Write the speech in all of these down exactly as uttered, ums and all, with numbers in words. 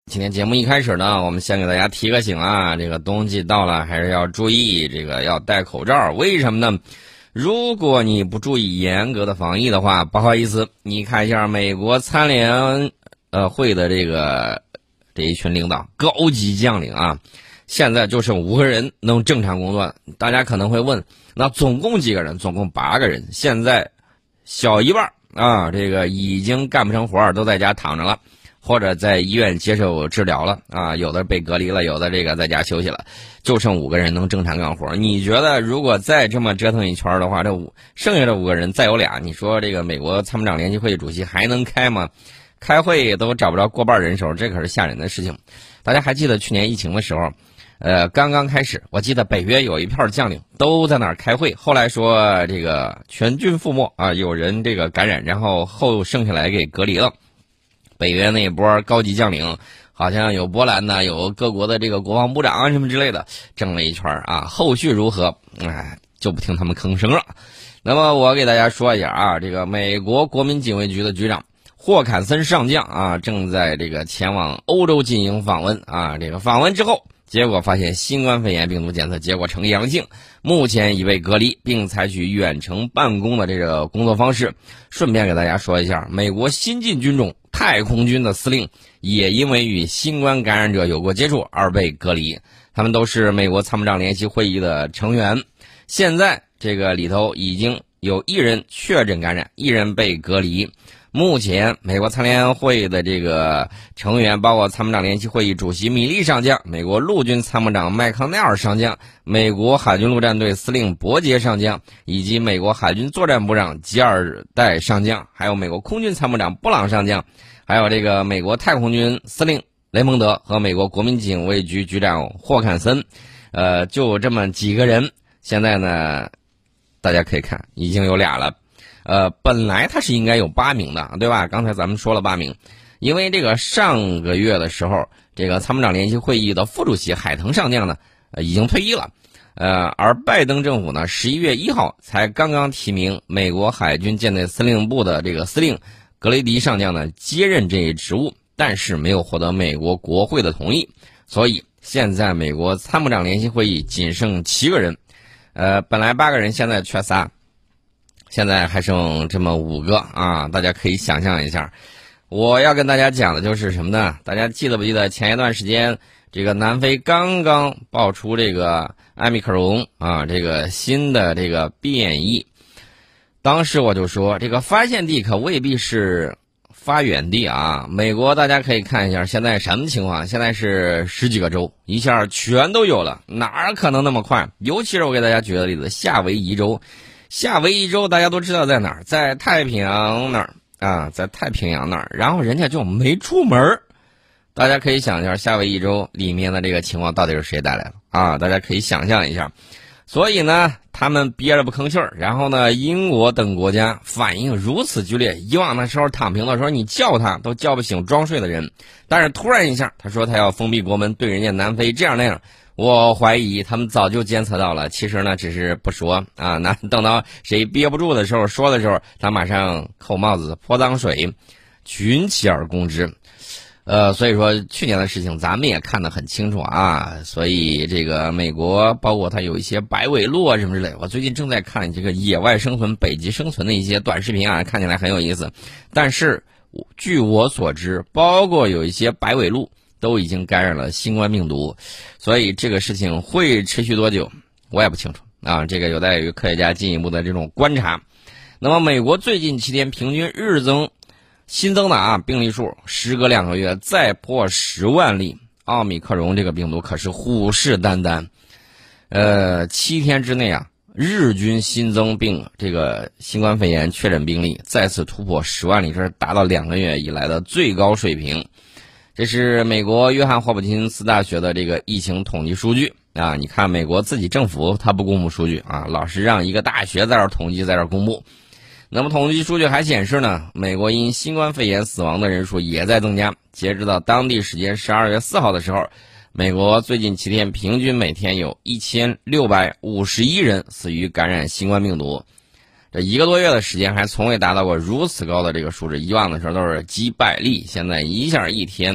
今天节目一开始呢，我们先给大家提个醒啊，这个冬季到了，还是要注意这个要戴口罩。为什么呢？如果你不注意严格的防疫的话，不好意思，你看一下美国参联呃会的这个这一群领导高级将领啊，现在就剩五个人能正常工作。大家可能会问，那总共几个人？总共八个人，现在小一半啊，这个已经干不成活儿，都在家躺着了。或者在医院接受治疗了啊，有的被隔离了，有的这个在家休息了，就剩五个人能正常干活。你觉得如果再这么折腾一圈的话，这五剩下的五个人再有俩，你说这个美国参谋长联席会议主席还能开吗？开会都找不着过半人手，这可是吓人的事情。大家还记得去年疫情的时候，呃，刚刚开始，我记得北约有一票将领都在那儿开会，后来说这个全军覆没啊，有人这个感染，然后后剩下来给隔离了。北约那一波高级将领，好像有波兰的，有各国的这个国防部长什么之类的，整了一圈啊。后续如何？哎，就不听他们吭声了。那么我给大家说一下啊，这个美国国民警卫局的局长霍坎森上将啊，正在这个前往欧洲进行访问啊。这个访问之后，结果发现新冠肺炎病毒检测结果呈阳性，目前已被隔离，并采取远程办公的这个工作方式。顺便给大家说一下，美国新晋军种太空军的司令也因为与新冠感染者有过接触而被隔离，他们都是美国参谋长联席会议的成员。现在这个里头已经有一人确诊感染，一人被隔离。目前美国参联会的这个成员包括参谋长联席会议主席米利上将、美国陆军参谋长麦康奈尔上将、美国海军陆战队司令伯杰上将，以及美国海军作战部长吉尔代上将，还有美国空军参谋长布朗上将，还有这个美国太空军司令雷蒙德和美国国民警卫局局长霍坎森，呃，就这么几个人。现在呢，大家可以看，已经有俩了。呃，本来他是应该有八名的，对吧？刚才咱们说了八名，因为这个上个月的时候，这个参谋长联席会议的副主席海腾上将呢，呃，已经退役了。呃，而拜登政府呢，十一月一号才刚刚提名美国海军舰队司令部的这个司令格雷迪上将呢接任这一职务，但是没有获得美国国会的同意，所以现在美国参谋长联席会议仅剩七个人，呃，本来八个人，现在缺仨。现在还剩这么五个啊，大家可以想象一下。我要跟大家讲的就是什么呢？大家记得不记得前一段时间，这个南非刚刚爆出这个埃米克戎啊，这个新的这个变异。当时我就说，这个发现地可未必是发源地啊。美国大家可以看一下现在什么情况，现在是十几个州一下全都有了，哪儿可能那么快？尤其是我给大家举个例子，夏威夷州。夏威夷州大家都知道在哪儿，在太平洋那儿啊，在太平洋那儿，然后人家就没出门。大家可以想一下夏威夷州里面的这个情况到底是谁带来的啊？大家可以想象一下。所以呢，他们憋着不吭气儿，然后呢，英国等国家反应如此剧烈，以往的时候躺平的时候你叫他都叫不醒装睡的人，但是突然一下他说他要封闭国门，对人家南非这样那样。我怀疑他们早就监测到了，其实呢只是不说啊。那等到谁憋不住的时候说的时候，他马上扣帽子泼脏水，群起而攻之。呃，所以说去年的事情咱们也看得很清楚啊。所以这个美国包括它有一些白尾鹿啊什么之类，我最近正在看这个野外生存、北极生存的一些短视频啊，看起来很有意思。但是据我所知，包括有一些白尾鹿都已经感染了新冠病毒，所以这个事情会持续多久，我也不清楚啊。这个有待于科学家进一步的这种观察。那么，美国最近七天平均日增新增的啊病例数，时隔两个月再破十万例。奥密克戎这个病毒可是虎视眈眈，呃，七天之内啊，日均新增病这个新冠肺炎确诊病例再次突破十万例，这是达到两个月以来的最高水平。这是美国约翰霍普金斯大学的这个疫情统计数据啊！你看美国自己政府他不公布数据啊，老是让一个大学在这儿统计，在这儿公布。那么统计数据还显示呢，美国因新冠肺炎死亡的人数也在增加。截止到当地时间十二月四号的时候，美国最近七天平均每天有一千六百五十一人死于感染新冠病毒。这一个多月的时间还从未达到过如此高的这个数值，以往的时候都是几百例，现在一下一天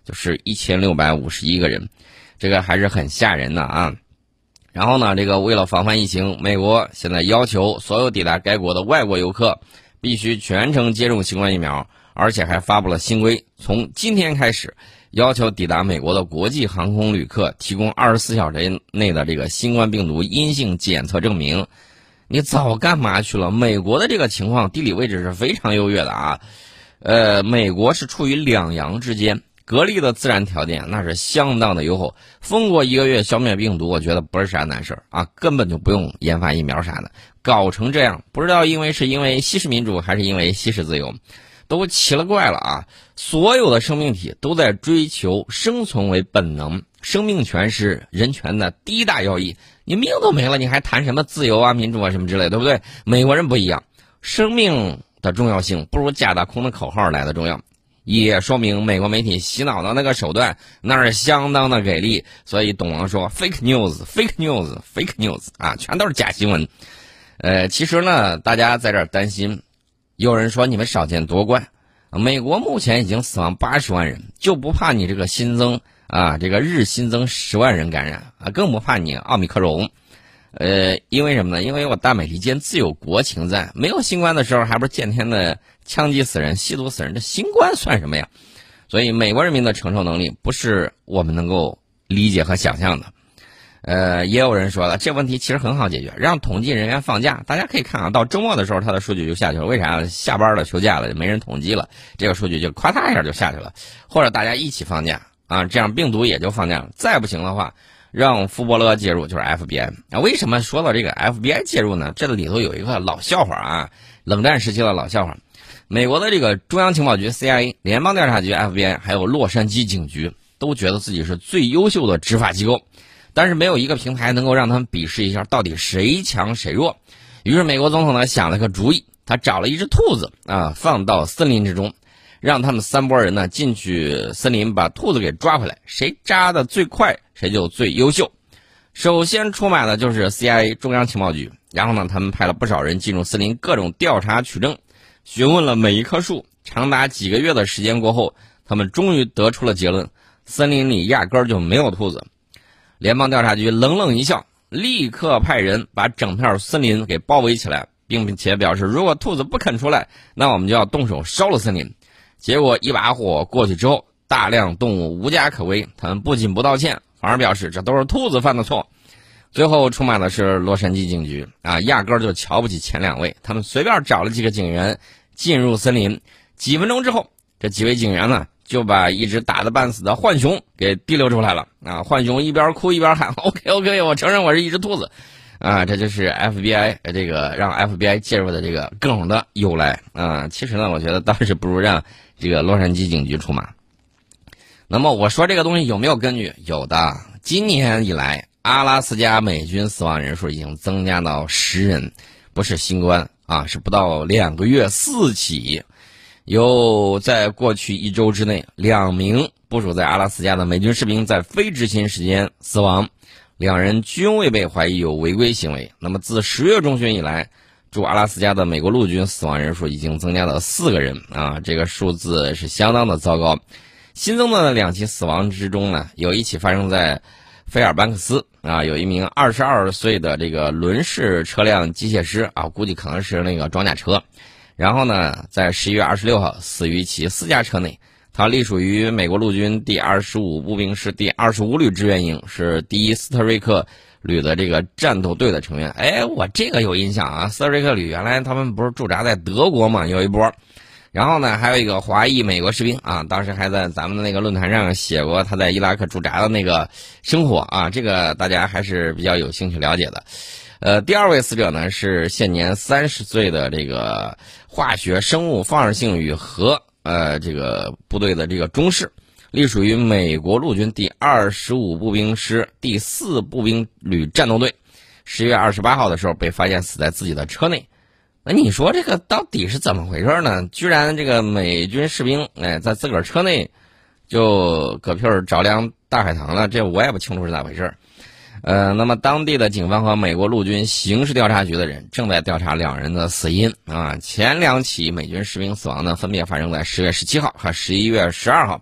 就是一千六百五十一个人，这个还是很吓人的啊。然后呢，这个为了防范疫情，美国现在要求所有抵达该国的外国游客必须全程接种新冠疫苗，而且还发布了新规，从今天开始要求抵达美国的国际航空旅客提供二十四小时内的这个新冠病毒阴性检测证明。你早干嘛去了？美国的这个情况地理位置是非常优越的啊，呃，美国是处于两洋之间，隔离的自然条件那是相当的优厚，封过一个月消灭病毒，我觉得不是啥难事啊，根本就不用研发疫苗啥的，搞成这样，不知道因为是因为西式民主还是因为西式自由，都奇了怪了啊！所有的生命体都在追求生存为本能，生命权是人权的第一大要义。你命都没了，你还谈什么自由啊、民主啊什么之类，对不对？美国人不一样，生命的重要性不如假大空的口号来的重要，也说明美国媒体洗脑的那个手段那是相当的给力。所以董王说 fake news，fake news，fake news 啊，全都是假新闻。呃，其实呢，大家在这儿担心，有人说你们少见多怪，美国目前已经死亡八十万人，就不怕你这个新增啊，这个日新增十万人感染啊，更不怕你奥密克戎。呃，因为什么呢？因为我大美利坚自有国情在，没有新冠的时候还不是见天的枪击死人、吸毒死人，这新冠算什么呀？所以美国人民的承受能力不是我们能够理解和想象的。呃，也有人说了，这问题其实很好解决，让统计人员放假。大家可以看啊，到周末的时候，他的数据就下去了。为啥？下班了、休假了，没人统计了，这个数据就咵嚓一下就下去了。或者大家一起放假啊，这样病毒也就放假了。再不行的话，让福伯勒介入，就是 F B I 啊。为什么说到这个 F B I 介入呢？这里头有一个老笑话啊，冷战时期的老笑话。美国的这个中央情报局 C I A、联邦调查局 F B I， 还有洛杉矶警局，都觉得自己是最优秀的执法机构。但是没有一个平台能够让他们比试一下到底谁强谁弱。于是美国总统呢想了个主意，他找了一只兔子啊，放到森林之中，让他们三拨人呢进去森林把兔子给抓回来，谁扎的最快谁就最优秀。首先出马的就是 C I A 中央情报局，然后呢他们派了不少人进入森林各种调查取证，询问了每一棵树，长达几个月的时间过后，他们终于得出了结论，森林里压根儿就没有兔子。联邦调查局冷冷一笑，立刻派人把整片森林给包围起来，并且表示如果兔子不肯出来，那我们就要动手烧了森林。结果一把火过去之后，大量动物无家可归，他们不仅不道歉，反而表示这都是兔子犯的错。最后出马的是洛杉矶警局啊，压根儿就瞧不起前两位，他们随便找了几个警员进入森林，几分钟之后，这几位警员呢就把一只打得半死的浣熊给提溜出来了啊！浣熊一边哭一边喊 ：“OK OK， 我承认我是一只兔子。”啊，这就是 F B I 这个让 F B I 介入的这个梗的由来啊。其实呢，我觉得倒是不如让这个洛杉矶警局出马。那么我说这个东西有没有根据？有的。今年以来，阿拉斯加美军死亡人数已经增加到十人，不是新冠啊，是不到两个月四起。有在过去一周之内，两名部署在阿拉斯加的美军士兵在非执勤时间死亡，两人均未被怀疑有违规行为。那么自十月中旬以来，驻阿拉斯加的美国陆军死亡人数已经增加到四个人啊，这个数字是相当的糟糕。新增的两起死亡之中呢，有一起发生在菲尔班克斯啊，有一名二十二岁的这个轮式车辆机械师啊，估计可能是那个装甲车。然后呢，在十一月二十六号死于其私家车内。他隶属于美国陆军第二十五步兵师第二十五旅支援营，是第一斯特瑞克旅的这个战斗队的成员。哎，我这个有印象啊，斯特瑞克旅原来他们不是驻扎在德国嘛，有一波。然后呢，还有一个华裔美国士兵啊，当时还在咱们的那个论坛上写过他在伊拉克驻扎的那个生活啊，这个大家还是比较有兴趣了解的。呃，第二位死者呢是现年三十岁的这个化学生物放射性与核呃这个部队的这个中士，隶属于美国陆军第二十五步兵师第四步兵旅战斗队。十月二十八号的时候被发现死在自己的车内。那你说这个到底是怎么回事呢？居然这个美军士兵哎在自个儿车内就搁屁儿着凉大海棠了，这我也不清楚是咋回事。呃，那么当地的警方和美国陆军刑事调查局的人正在调查两人的死因啊。前两起美军士兵死亡呢，分别发生在十月十七号和十一月十二号，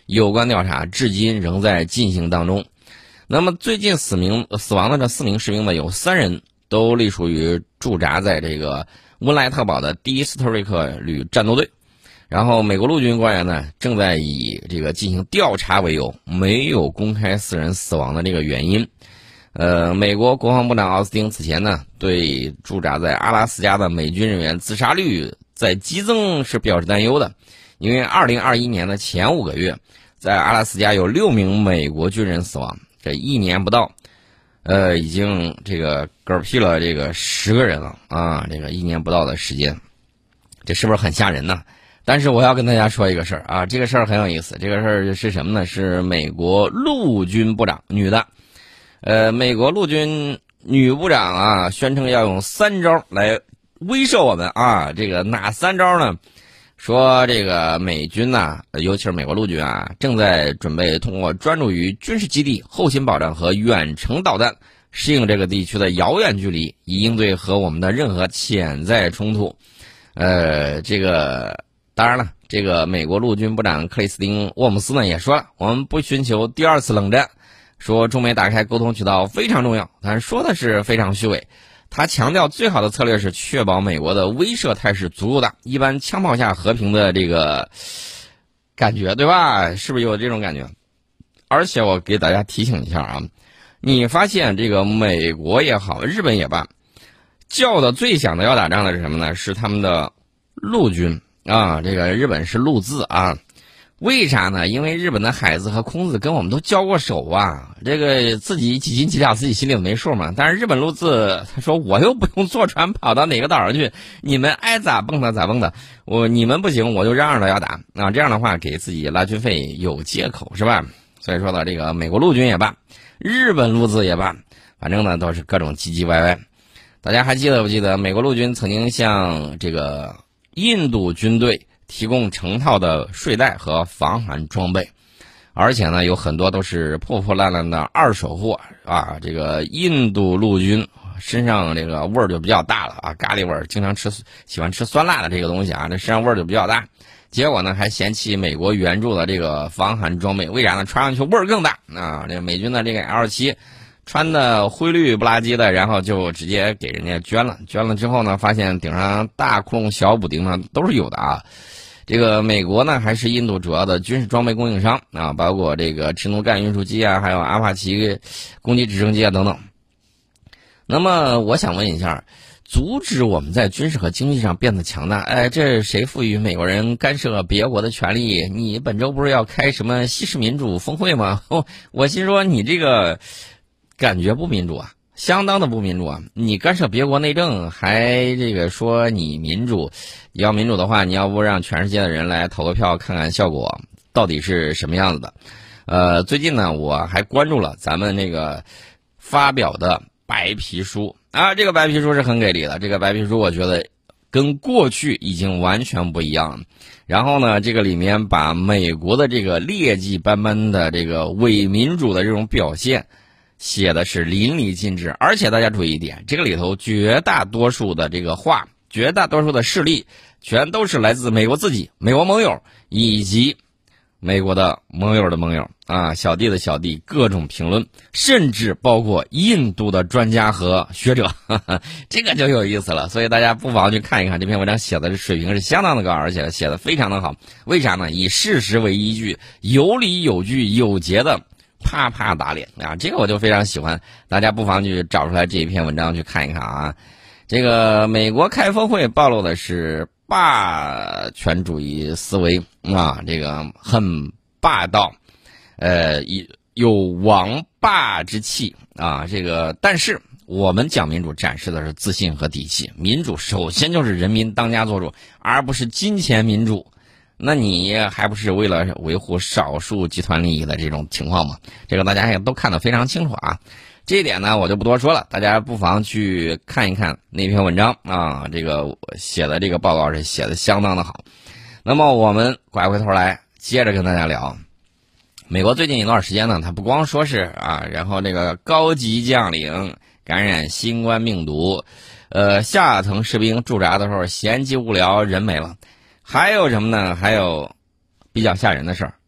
有关调查至今仍在进行当中。那么最近死名死亡的这四名士兵呢，有三人都隶属于驻扎在这个温莱特堡的第一斯特瑞克旅战斗队。然后美国陆军官员呢，正在以这个进行调查为由，没有公开四人死亡的这个原因。呃，美国国防部长奥斯汀此前呢，对驻扎在阿拉斯加的美军人员自杀率在激增是表示担忧的，因为二零二一年的前五个月，在阿拉斯加有六名美国军人死亡，这一年不到，呃，已经这个嗝屁了这个十个人了啊！这个一年不到的时间，这是不是很吓人呢？但是我要跟大家说一个事儿啊，这个事儿很有意思。这个事儿是什么呢？是美国陆军部长，女的，呃，美国陆军女部长啊，宣称要用三招来威慑我们啊。这个哪三招呢？说这个美军呐、啊，尤其是美国陆军啊，正在准备通过专注于军事基地、后勤保障和远程导弹，适应这个地区的遥远距离，以应对和我们的任何潜在冲突。呃，这个。当然了，这个美国陆军部长克里斯汀·沃姆斯呢也说了，我们不寻求第二次冷战，说中美打开沟通渠道非常重要，但说的是非常虚伪。他强调最好的策略是确保美国的威慑态势足够大，一般枪炮下和平的这个感觉，对吧？是不是有这种感觉？而且我给大家提醒一下啊，你发现这个美国也好，日本也罢，叫的最响的要打仗的是什么呢？是他们的陆军。啊，这个日本是陆字啊，为啥呢？因为日本的海子和空子跟我们都交过手啊，这个自己几斤几两自己心里没数嘛。但是日本陆字他说我又不用坐船跑到哪个岛上去，你们爱咋蹦跶咋蹦跶，我你们不行我就嚷嚷着要打啊，这样的话给自己拉军费有借口是吧？所以说呢，这个美国陆军也罢，日本陆字也罢，反正呢都是各种唧唧歪歪。大家还记得不记得美国陆军曾经向这个印度军队提供成套的睡袋和防寒装备，而且呢有很多都是破破烂烂的二手货啊。这个印度陆军身上这个味儿就比较大了啊，咖喱味儿，经常吃喜欢吃酸辣的这个东西啊，这身上味儿就比较大。结果呢还嫌弃美国援助的这个防寒装备，为啥呢？穿上去味儿更大啊！这美军的这个 L 七穿的灰绿不拉几的，然后就直接给人家捐了。捐了之后呢，发现顶上大窟窿、小补丁呢都是有的啊。这个美国呢还是印度主要的军事装备供应商啊，包括这个赤奴干运输机啊，还有阿帕奇攻击直升机啊等等。那么我想问一下，阻止我们在军事和经济上变得强大，哎，这谁赋予美国人干涉别国的权利？你本周不是要开什么西式民主峰会吗？哦，我心说你这个感觉不民主啊，相当的不民主啊！你干涉别国内政，还这个说你民主，你要民主的话，你要不让全世界的人来投个票，看看效果到底是什么样子的？呃，最近呢，我还关注了咱们那个发表的白皮书啊，这个白皮书是很给力的。这个白皮书我觉得跟过去已经完全不一样了。然后呢，这个里面把美国的这个劣迹斑斑的这个伪民主的这种表现写的是淋漓尽致，而且大家注意一点，这个里头绝大多数的这个话，绝大多数的事例，全都是来自美国自己、美国盟友以及美国的盟友的盟友啊，小弟的小弟，各种评论，甚至包括印度的专家和学者，呵呵，这个就有意思了。所以大家不妨去看一看这篇文章，写的水平是相当的高，而且写的非常的好。为啥呢？以事实为依据，有理有据有节的啪啪打脸啊！这个我就非常喜欢，大家不妨去找出来这一篇文章去看一看啊。这个美国开峰会暴露的是霸权主义思维啊，这个很霸道，呃，有王霸之气啊。这个但是我们讲民主展示的是自信和底气，民主首先就是人民当家作主，而不是金钱民主。那你还不是为了维护少数集团利益的这种情况吗？这个大家也都看得非常清楚啊。这一点呢，我就不多说了，大家不妨去看一看那篇文章啊。这个写的这个报告是写的相当的好。那么我们拐回头来接着跟大家聊，美国最近一段时间呢，它不光说是啊，然后这个高级将领感染新冠病毒，呃，下层士兵驻扎的时候闲极无聊，人没了。还有什么呢？还有比较吓人的事儿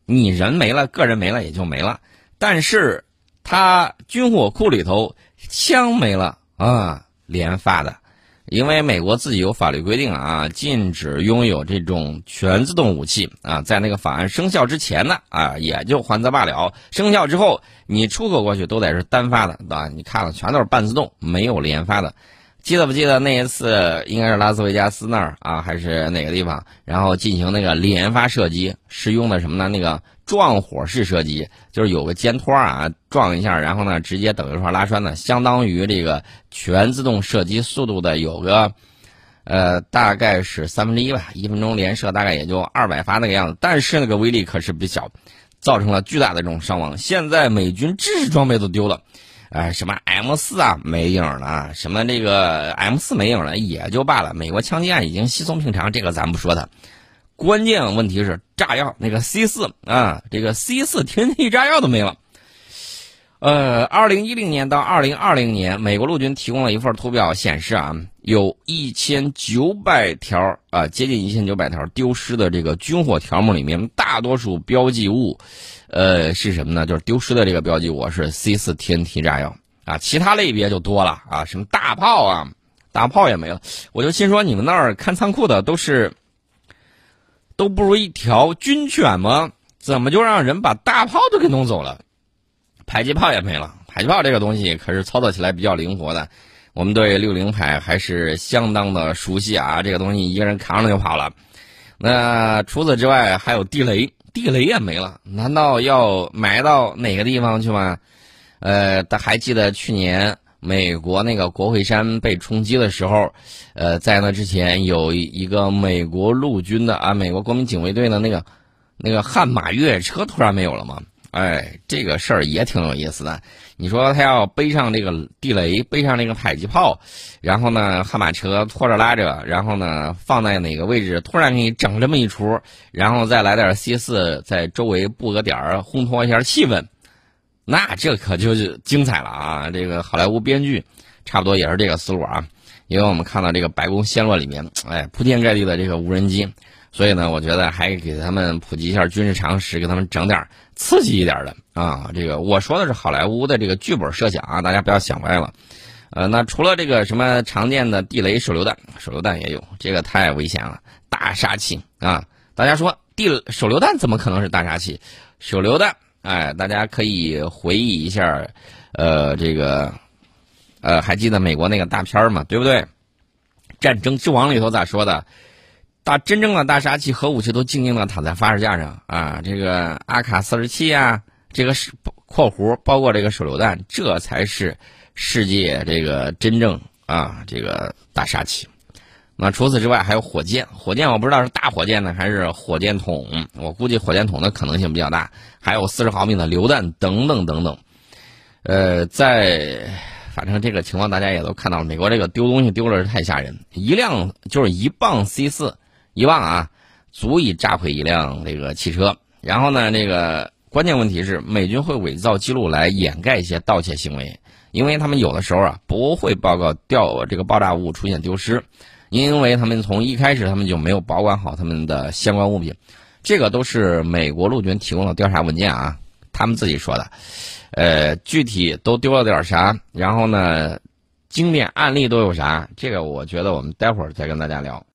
你人没了，个人没了也就没了，但是他军火库里头枪没了啊，连发的。因为美国自己有法律规定啊，禁止拥有这种全自动武器啊，在那个法案生效之前呢啊，也就还则罢了。生效之后，你出口过去都得是单发的啊，你看了全都是半自动，没有连发的。记得不记得那一次应该是拉斯维加斯那儿啊，还是哪个地方？然后进行那个连发射击，是用的什么呢？那个撞火式射击，就是有个尖托啊，撞一下，然后呢直接等于说拉栓的，相当于这个全自动射击速度的有个呃大概是三分之一吧，一分钟连射大概也就二百发那个样子，但是那个威力可是不小，造成了巨大的这种伤亡。现在美军制式装备都丢了。呃，什么 M 四 啊没影了，什么这个 M 四 没影了也就罢了，美国枪击案已经稀松平常，这个咱不说它。关键问题是炸药，那个 C 四 啊，这个 C 四 T N T 炸药都没了。呃，二零一零年到二零二零年，美国陆军提供了一份图表，显示啊，有一千九百条啊，接近一千九百条丢失的这个军火条目里面，大多数标记物。呃，是什么呢？就是丢失的这个标记物是 C 四 T N T 炸药啊，其他类别就多了啊，什么大炮啊，大炮也没了。我就心说，你们那儿看仓库的都是都不如一条军犬吗？怎么就让人把大炮都给弄走了？迫击炮也没了，迫击炮这个东西可是操作起来比较灵活的，我们对六零迫还是相当的熟悉啊，这个东西一个人扛着就跑了。那除此之外还有地雷。地雷也没了，难道要埋到哪个地方去吗？呃，大还记得去年美国那个国会山被冲击的时候，呃，在那之前有一个美国陆军的啊，美国国民警卫队的那个那个悍马越野车突然没有了吗？哎，这个事儿也挺有意思的。你说他要背上这个地雷，背上那个迫击炮，然后呢，悍马车拖着拉着，然后呢，放在哪个位置，突然给你整这么一出，然后再来点 C 四，在周围布个点儿，烘托一下气氛，那这可就是精彩了啊！这个好莱坞编剧差不多也是这个思路啊，因为我们看到这个白宫陷落里面，哎，铺天盖地的这个无人机。所以呢，我觉得还给他们普及一下军事常识，给他们整点刺激一点的啊。这个我说的是好莱坞的这个剧本设想啊，大家不要想歪了。呃，那除了这个什么常见的地雷、手榴弹，手榴弹也有，这个太危险了，大杀器啊！大家说地手榴弹怎么可能是大杀器？手榴弹，哎，大家可以回忆一下，呃，这个，呃，还记得美国那个大片吗？对不对？战争之王里头咋说的？大真正的大杀器核武器都静静的躺在发射架上啊，这个阿卡四十七啊，这个是括弧包括这个手榴弹，这才是世界这个真正啊这个大杀器。那除此之外还有火箭，火箭我不知道是大火箭呢还是火箭筒，我估计火箭筒的可能性比较大，还有四十毫米的榴弹等等等等。呃，在反正这个情况大家也都看到了，美国这个丢东西丢的是太吓人，一辆就是一磅 C 四。一磅啊，足以炸毁一辆这个汽车。然后呢，这个关键问题是，美军会伪造记录来掩盖一些盗窃行为，因为他们有的时候啊不会报告掉这个爆炸物出现丢失，因为他们从一开始他们就没有保管好他们的相关物品。这个都是美国陆军提供的调查文件啊，他们自己说的。呃，具体都丢了点啥，然后呢，经典案例都有啥？这个我觉得我们待会儿再跟大家聊。